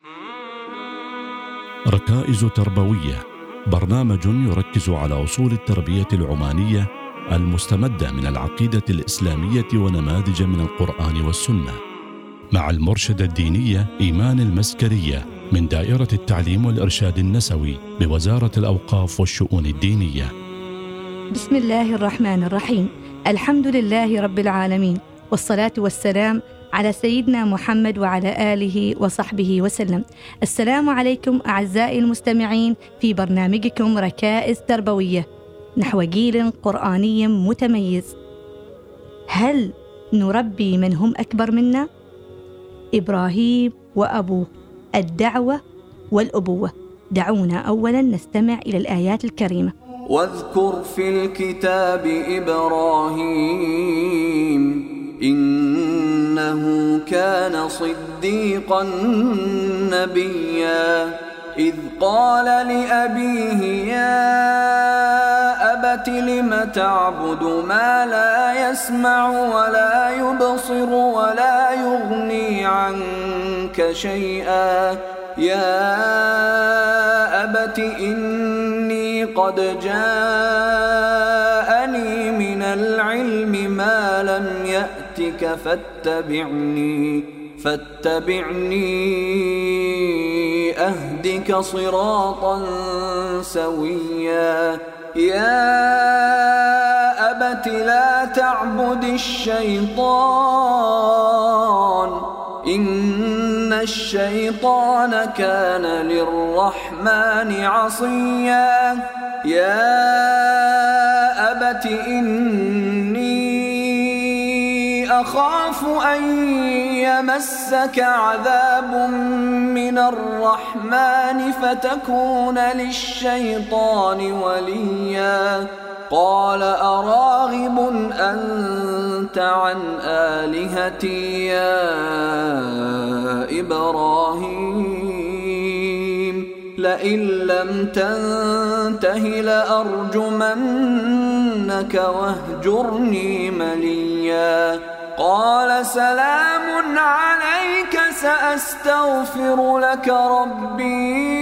ركائز تربوية، برنامج يركز على أصول التربية العمانية المستمدة من العقيدة الإسلامية ونماذج من القرآن والسنة، مع المرشدة الدينية إيمان المسكرية من دائرة التعليم والإرشاد النسوي بوزارة الأوقاف والشؤون الدينية. بسم الله الرحمن الرحيم. الحمد لله رب العالمين، والصلاة والسلام على سيدنا محمد وعلى آله وصحبه وسلم. السلام عليكم أعزائي المستمعين في برنامجكم ركائز تربوية نحو جيل قرآني متميز. هل نربي من هم أكبر منا؟ إبراهيم وأبوه، الدعوة والأبوة. دعونا أولا نستمع إلى الآيات الكريمة. واذكر في الكتاب إبراهيم إنه كان صديقا نبيا إذ قال لأبيه يا أبت لم تعبد ما لا يسمع ولا يبصر ولا يغني عنك شيئا يا أبت إني قد جاءني من العلم ما لم يأتك فاتبعني أهدك صراطا سويا يا أبت لا تعبد الشيطان إن الشيطان كان للرحمن عصيا يا أبت إني أخاف أن يمسك عذاب من الرحمن فتكون للشيطان وليا قال أراغب أنت عن آلهتي يا إبراهيم لئن لم تنته لأرجمنك واهجرني مليا قال سلام عليك سأستغفر لك ربي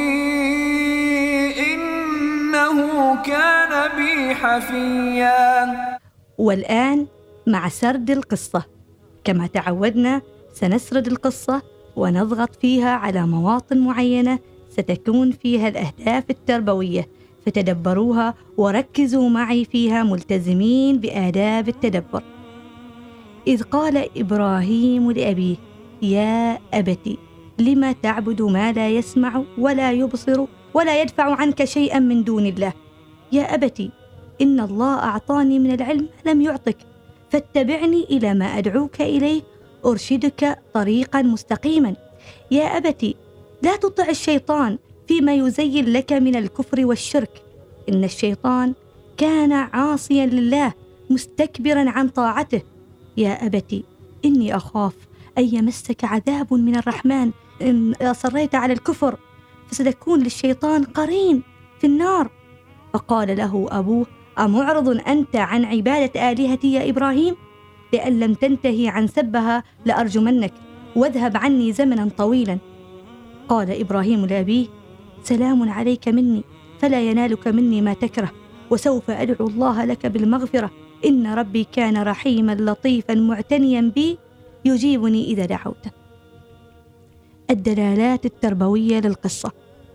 إنه كان بي حفيا. والآن مع سرد القصة. كما تعودنا سنسرد القصة ونضغط فيها على مواطن معينة ستكون فيها الأهداف التربوية، فتدبروها وركزوا معي فيها ملتزمين بآداب التدبر. إذ قال إبراهيم لأبيه يا أبت لم تعبد ما لا يسمع ولا يبصر ولا يدفع عنك شيئا من دون الله. يا أبت إن الله أعطاني من العلم لم يعطك، فاتبعني إلى ما أدعوك إليه أرشدك طريقا مستقيما. يا أبت لا تطع الشيطان فيما يزين لك من الكفر والشرك، إن الشيطان كان عاصيا لله مستكبرا عن طاعته. يا أبت إني أخاف أن يمسك عذاب من الرحمن إن أصريت على الكفر، فستكون للشيطان قرين في النار. فقال له أبوه أمعرض أنت عن عبادة آلهتي يا إبراهيم؟ لأن لم تنتهي عن سبها لأرجمنك واذهب عني زمنا طويلا. قال إبراهيم لأبيه سلام عليك مني فلا ينالك مني ما تكره، وسوف أدعو الله لك بالمغفرة إن ربي كان رحيما لطيفا معتنيا بي يجيبني إذا دعوته. الدلالات التربوية للقصة.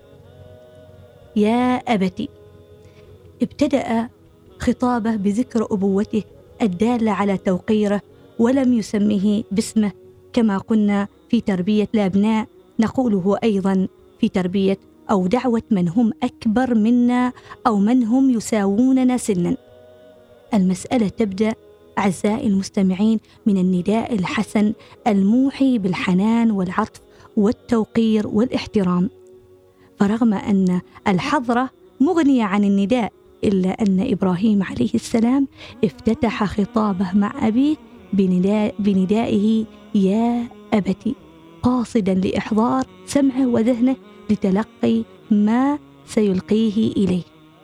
يا أبت ابتدأ خطابه بذكر أبوته الدالة على توقيره ولم يسميه باسمه، كما قلنا في تربية الأبناء نقوله أيضا في تربية أو دعوة من هم أكبر منا أو من هم يساووننا سنا. المسألة تبدأ أعزائي المستمعين من النداء الحسن الموحي بالحنان والعطف والتوقير والاحترام. فرغم أن الحضرة مغنية عن النداء، إلا أن إبراهيم عليه السلام افتتح خطابه مع أبيه بندائه يا أبت، قاصدا لإحضار سمعه وذهنه لتلقي ما سيلقيه إليه.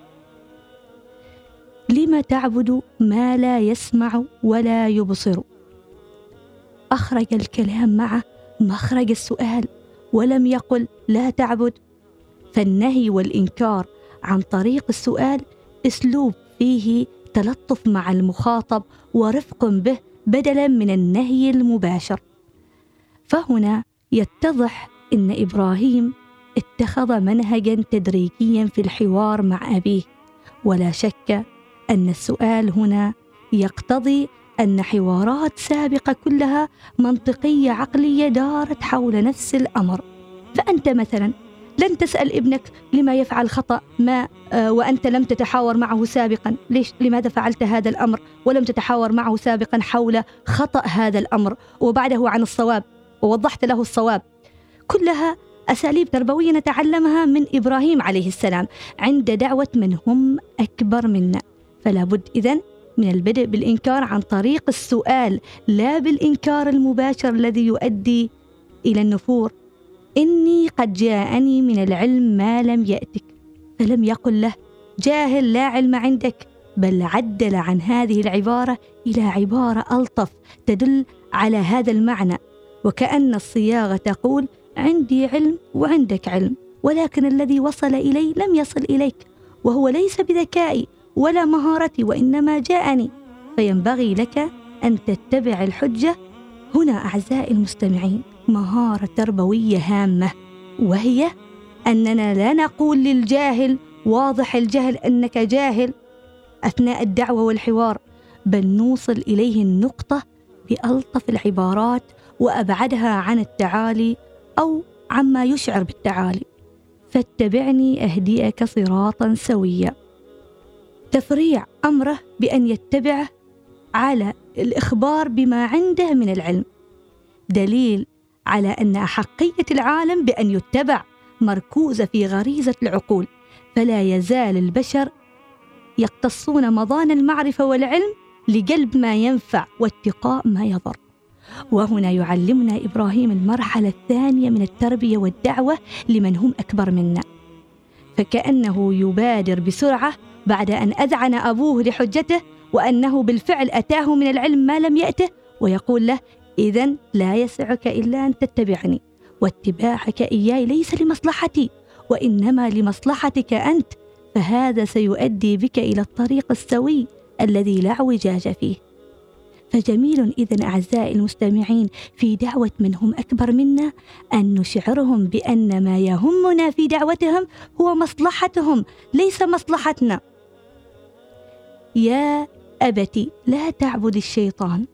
لم تعبد ما لا يسمع ولا يبصر؟ أخرج الكلام معه مخرج السؤال ولم يقل لا تعبد. فالنهي والإنكار عن طريق السؤال أسلوب فيه تلطف مع المخاطب ورفق به بدلا من النهي المباشر. فهنا يتضح أن إبراهيم اتخذ منهجا تدريجيا في الحوار مع أبيه، ولا شك أن السؤال هنا يقتضي أن حوارات سابقة كلها منطقية عقلية دارت حول نفس الأمر. فأنت مثلا لن تسأل ابنك لما يفعل خطأ ما وأنت لم تتحاور معه سابقا، لماذا فعلت هذا الأمر، ولم تتحاور معه سابقا حول خطأ هذا الأمر وبعده عن الصواب ووضحت له الصواب. كلها أساليب تربوية نتعلمها من إبراهيم عليه السلام عند دعوة من هم أكبر منا. فلا بد إذن من البدء بالإنكار عن طريق السؤال، لا بالإنكار المباشر الذي يؤدي إلى النفور. إني قد جاءني من العلم ما لم يأتك، فلم يقل له جاهل لا علم عندك، بل عدل عن هذه العبارة إلى عبارة ألطف تدل على هذا المعنى، وكأن الصياغة تقول عندي علم وعندك علم، ولكن الذي وصل إلي لم يصل إليك، وهو ليس بذكائي ولا مهارتي، وإنما جاءني، فينبغي لك أن تتبع الحجة. هنا أعزائي المستمعين مهارة تربوية هامة، وهي أننا لا نقول للجاهل واضح الجهل أنك جاهل أثناء الدعوة والحوار، بل نوصل إليه النقطة بألطف العبارات وأبعدها عن التعالي أو عما يشعر بالتعالي. فاتبعني أهديك صراطا سويا، تفريع أمره بأن يتبعه على الإخبار بما عنده من العلم، دليل على أن أحقية العالم بأن يتبع مركوزة في غريزة العقول، فلا يزال البشر يقتصون مضان المعرفة والعلم لجلب ما ينفع واتقاء ما يضر. وهنا يعلمنا إبراهيم المرحلة الثانية من التربية والدعوة لمن هم أكبر منا، فكأنه يبادر بسرعة بعد أن أذعن أبوه لحجته وأنه بالفعل أتاه من العلم ما لم يأته، ويقول له إذن لا يسعك إلا أن تتبعني، واتباعك إياي ليس لمصلحتي وإنما لمصلحتك أنت، فهذا سيؤدي بك إلى الطريق السوي الذي لا اعوجاج فيه. فجميل إذن أعزائي المستمعين في دعوة من هم أكبر منا أن نشعرهم بأن ما يهمنا في دعوتهم هو مصلحتهم ليس مصلحتنا. يا أبتي لا تعبد الشيطان،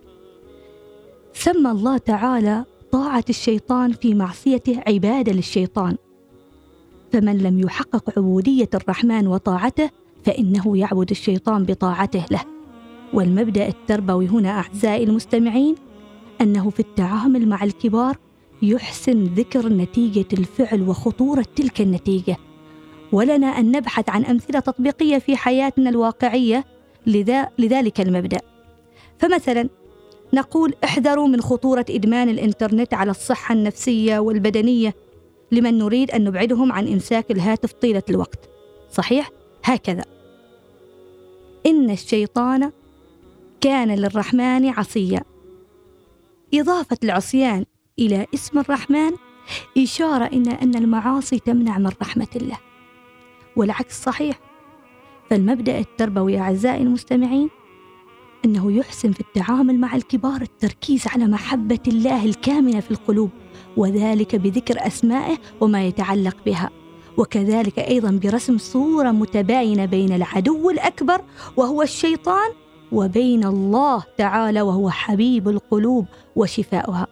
سمى الله تعالى طاعة الشيطان في معصيته عبادة للشيطان، فمن لم يحقق عبودية الرحمن وطاعته فإنه يعبد الشيطان بطاعته له. والمبدأ التربوي هنا أعزائي المستمعين أنه في التعامل مع الكبار يحسن ذكر نتيجة الفعل وخطورة تلك النتيجة، ولنا أن نبحث عن أمثلة تطبيقية في حياتنا الواقعية لذلك المبدأ. فمثلا نقول احذروا من خطورة إدمان الإنترنت على الصحة النفسية والبدنية لمن نريد أن نبعدهم عن إمساك الهاتف طيلة الوقت. صحيح؟ هكذا إن الشيطان كان للرحمن عصيا، إضافة العصيان إلى اسم الرحمن إشارة أن المعاصي تمنع من رحمة الله، والعكس صحيح. فالمبدأ التربوي أعزائي المستمعين أنه يحسن في التعامل مع الكبار التركيز على محبة الله الكامنة في القلوب، وذلك بذكر أسمائه وما يتعلق بها، وكذلك أيضا برسم صورة متباينة بين العدو الأكبر وهو الشيطان وبين الله تعالى وهو حبيب القلوب وشفاؤها.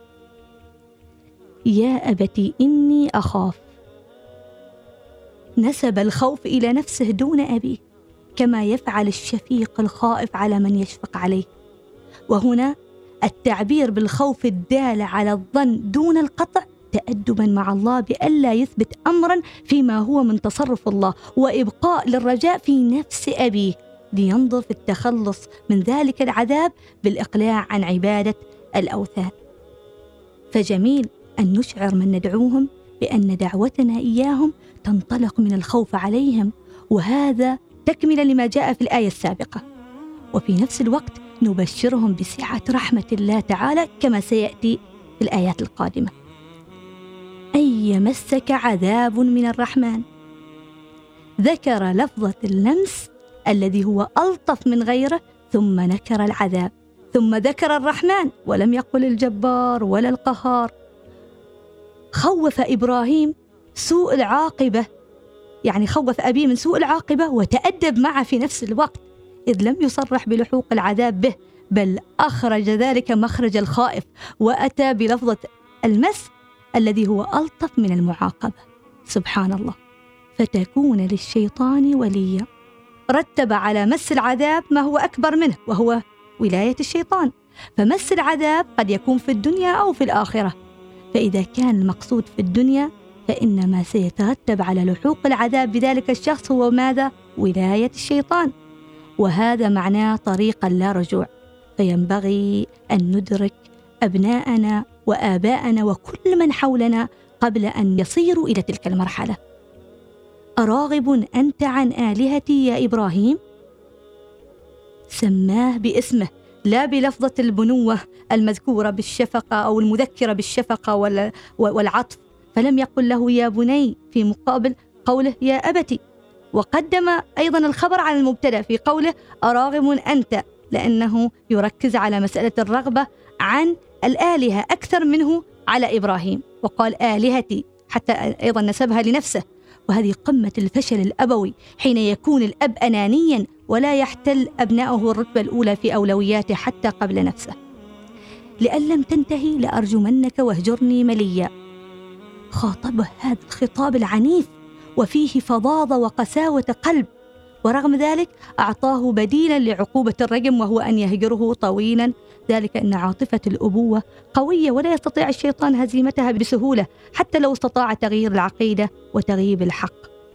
يا أبتي إني أخاف، نسب الخوف إلى نفسه دون أبيه، كما يفعل الشفيق الخائف على من يشفق عليه. وهنا التعبير بالخوف الدال على الظن دون القطع تأدبا مع الله بألا يثبت أمرا فيما هو من تصرف الله، وإبقاء للرجاء في نفس أبيه لينظر في التخلص من ذلك العذاب بالإقلاع عن عبادة الأوثان. فجميل أن نشعر من ندعوهم بأن دعوتنا إياهم تنطلق من الخوف عليهم، وهذا تكمل لما جاء في الآية السابقة، وفي نفس الوقت نبشرهم بسعة رحمة الله تعالى كما سيأتي في الآيات القادمة. يمسك عذاب من الرحمن. ذكر لفظة اللمس الذي هو ألطف من غيره، ثم نكر العذاب، ثم ذكر الرحمن ولم يقل الجبار ولا القهار. خوف إبراهيم سوء العاقبة، يعني خوف أبيه من سوء العاقبة وتأدب معه في نفس الوقت، إذ لم يصرح بلحوق العذاب به، بل أخرج ذلك مخرج الخائف وأتى بلفظة المس الذي هو ألطف من المعاقبة. سبحان الله. فتكون للشيطان وليا، رتب على مس العذاب ما هو أكبر منه وهو ولاية الشيطان، فمس العذاب قد يكون في الدنيا أو في الآخرة، فإذا كان المقصود في الدنيا فإن ما سيترتب على لحوق العذاب بذلك الشخص هو ماذا؟ ولاية الشيطان، وهذا معناه طريقا لا رجوع. فينبغي أن ندرك أبناءنا وآباءنا وكل من حولنا قبل أن يصيروا إلى تلك المرحلة. أراغب أنت عن آلهتي يا إبراهيم؟ سماه باسمه، لا بلفظة البنوة المذكورة بالشفقة أو المذكرة بالشفقة والعطف، فلم يقل له يا بني في مقابل قوله يا أبتي، وقدم أيضا الخبر على المبتدأ في قوله أراغب أنت، لأنه يركز على مسألة الرغبة عن الآلهة أكثر منه على إبراهيم، وقال آلهتي حتى أيضا نسبها لنفسه. وهذه قمة الفشل الأبوي، حين يكون الأب أنانيا ولا يحتل أبنائه الرتبة الأولى في أولوياته حتى قبل نفسه. لأن لم تنتهي لأرجمنك واهجرني مليا. خاطبه هذا الخطاب العنيف وفيه فظاظة وقساوة قلب، ورغم ذلك أعطاه بديلا لعقوبة الرجم وهو أن يهجره طويلا، ذلك أن عاطفة الأبوة قوية ولا يستطيع الشيطان هزيمتها بسهولة حتى لو استطاع تغيير العقيدة وتغييب الحق.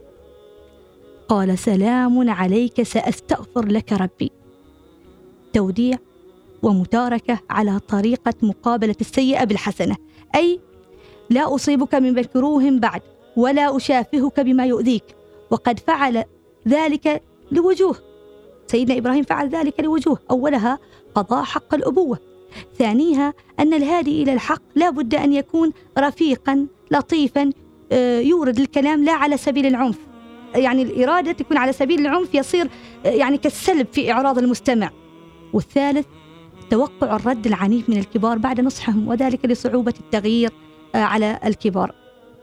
قال سلام عليك سأستغفر لك ربي. توديع ومتاركة على طريقة مقابلة السيئة بالحسنة، أي لا أصيبك من مكروه بعد ولا أشافهك بما يؤذيك. وقد فعل ذلك لوجوه، سيدنا إبراهيم فعل ذلك لوجوه، أولها قضاء حق الأبوة، ثانيها أن الهادي إلى الحق لا بد أن يكون رفيقا لطيفا، يورد الكلام لا على سبيل العنف، يعني الإرادة تكون على سبيل العنف يصير يعني كالسلب في إعراض المستمع. والثالث توقع الرد العنيف من الكبار بعد نصحهم، وذلك لصعوبة التغيير على الكبار.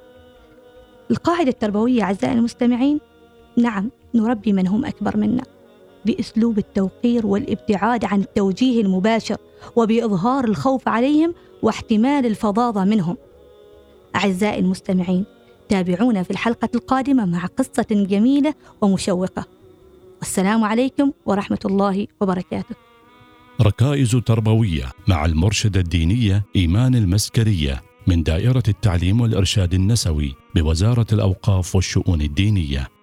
القاعدة التربوية أعزائي المستمعين، نعم نربي من هم أكبر منا بأسلوب التوقير والابتعاد عن التوجيه المباشر، وبإظهار الخوف عليهم واحتمال الفظاظة منهم. أعزائي المستمعين، تابعونا في الحلقة القادمة مع قصة جميلة ومشوقة. والسلام عليكم ورحمة الله وبركاته. ركائز تربوية مع المرشدة الدينية إيمان المسكرية من دائرة التعليم والإرشاد النسوي بوزارة الأوقاف والشؤون الدينية.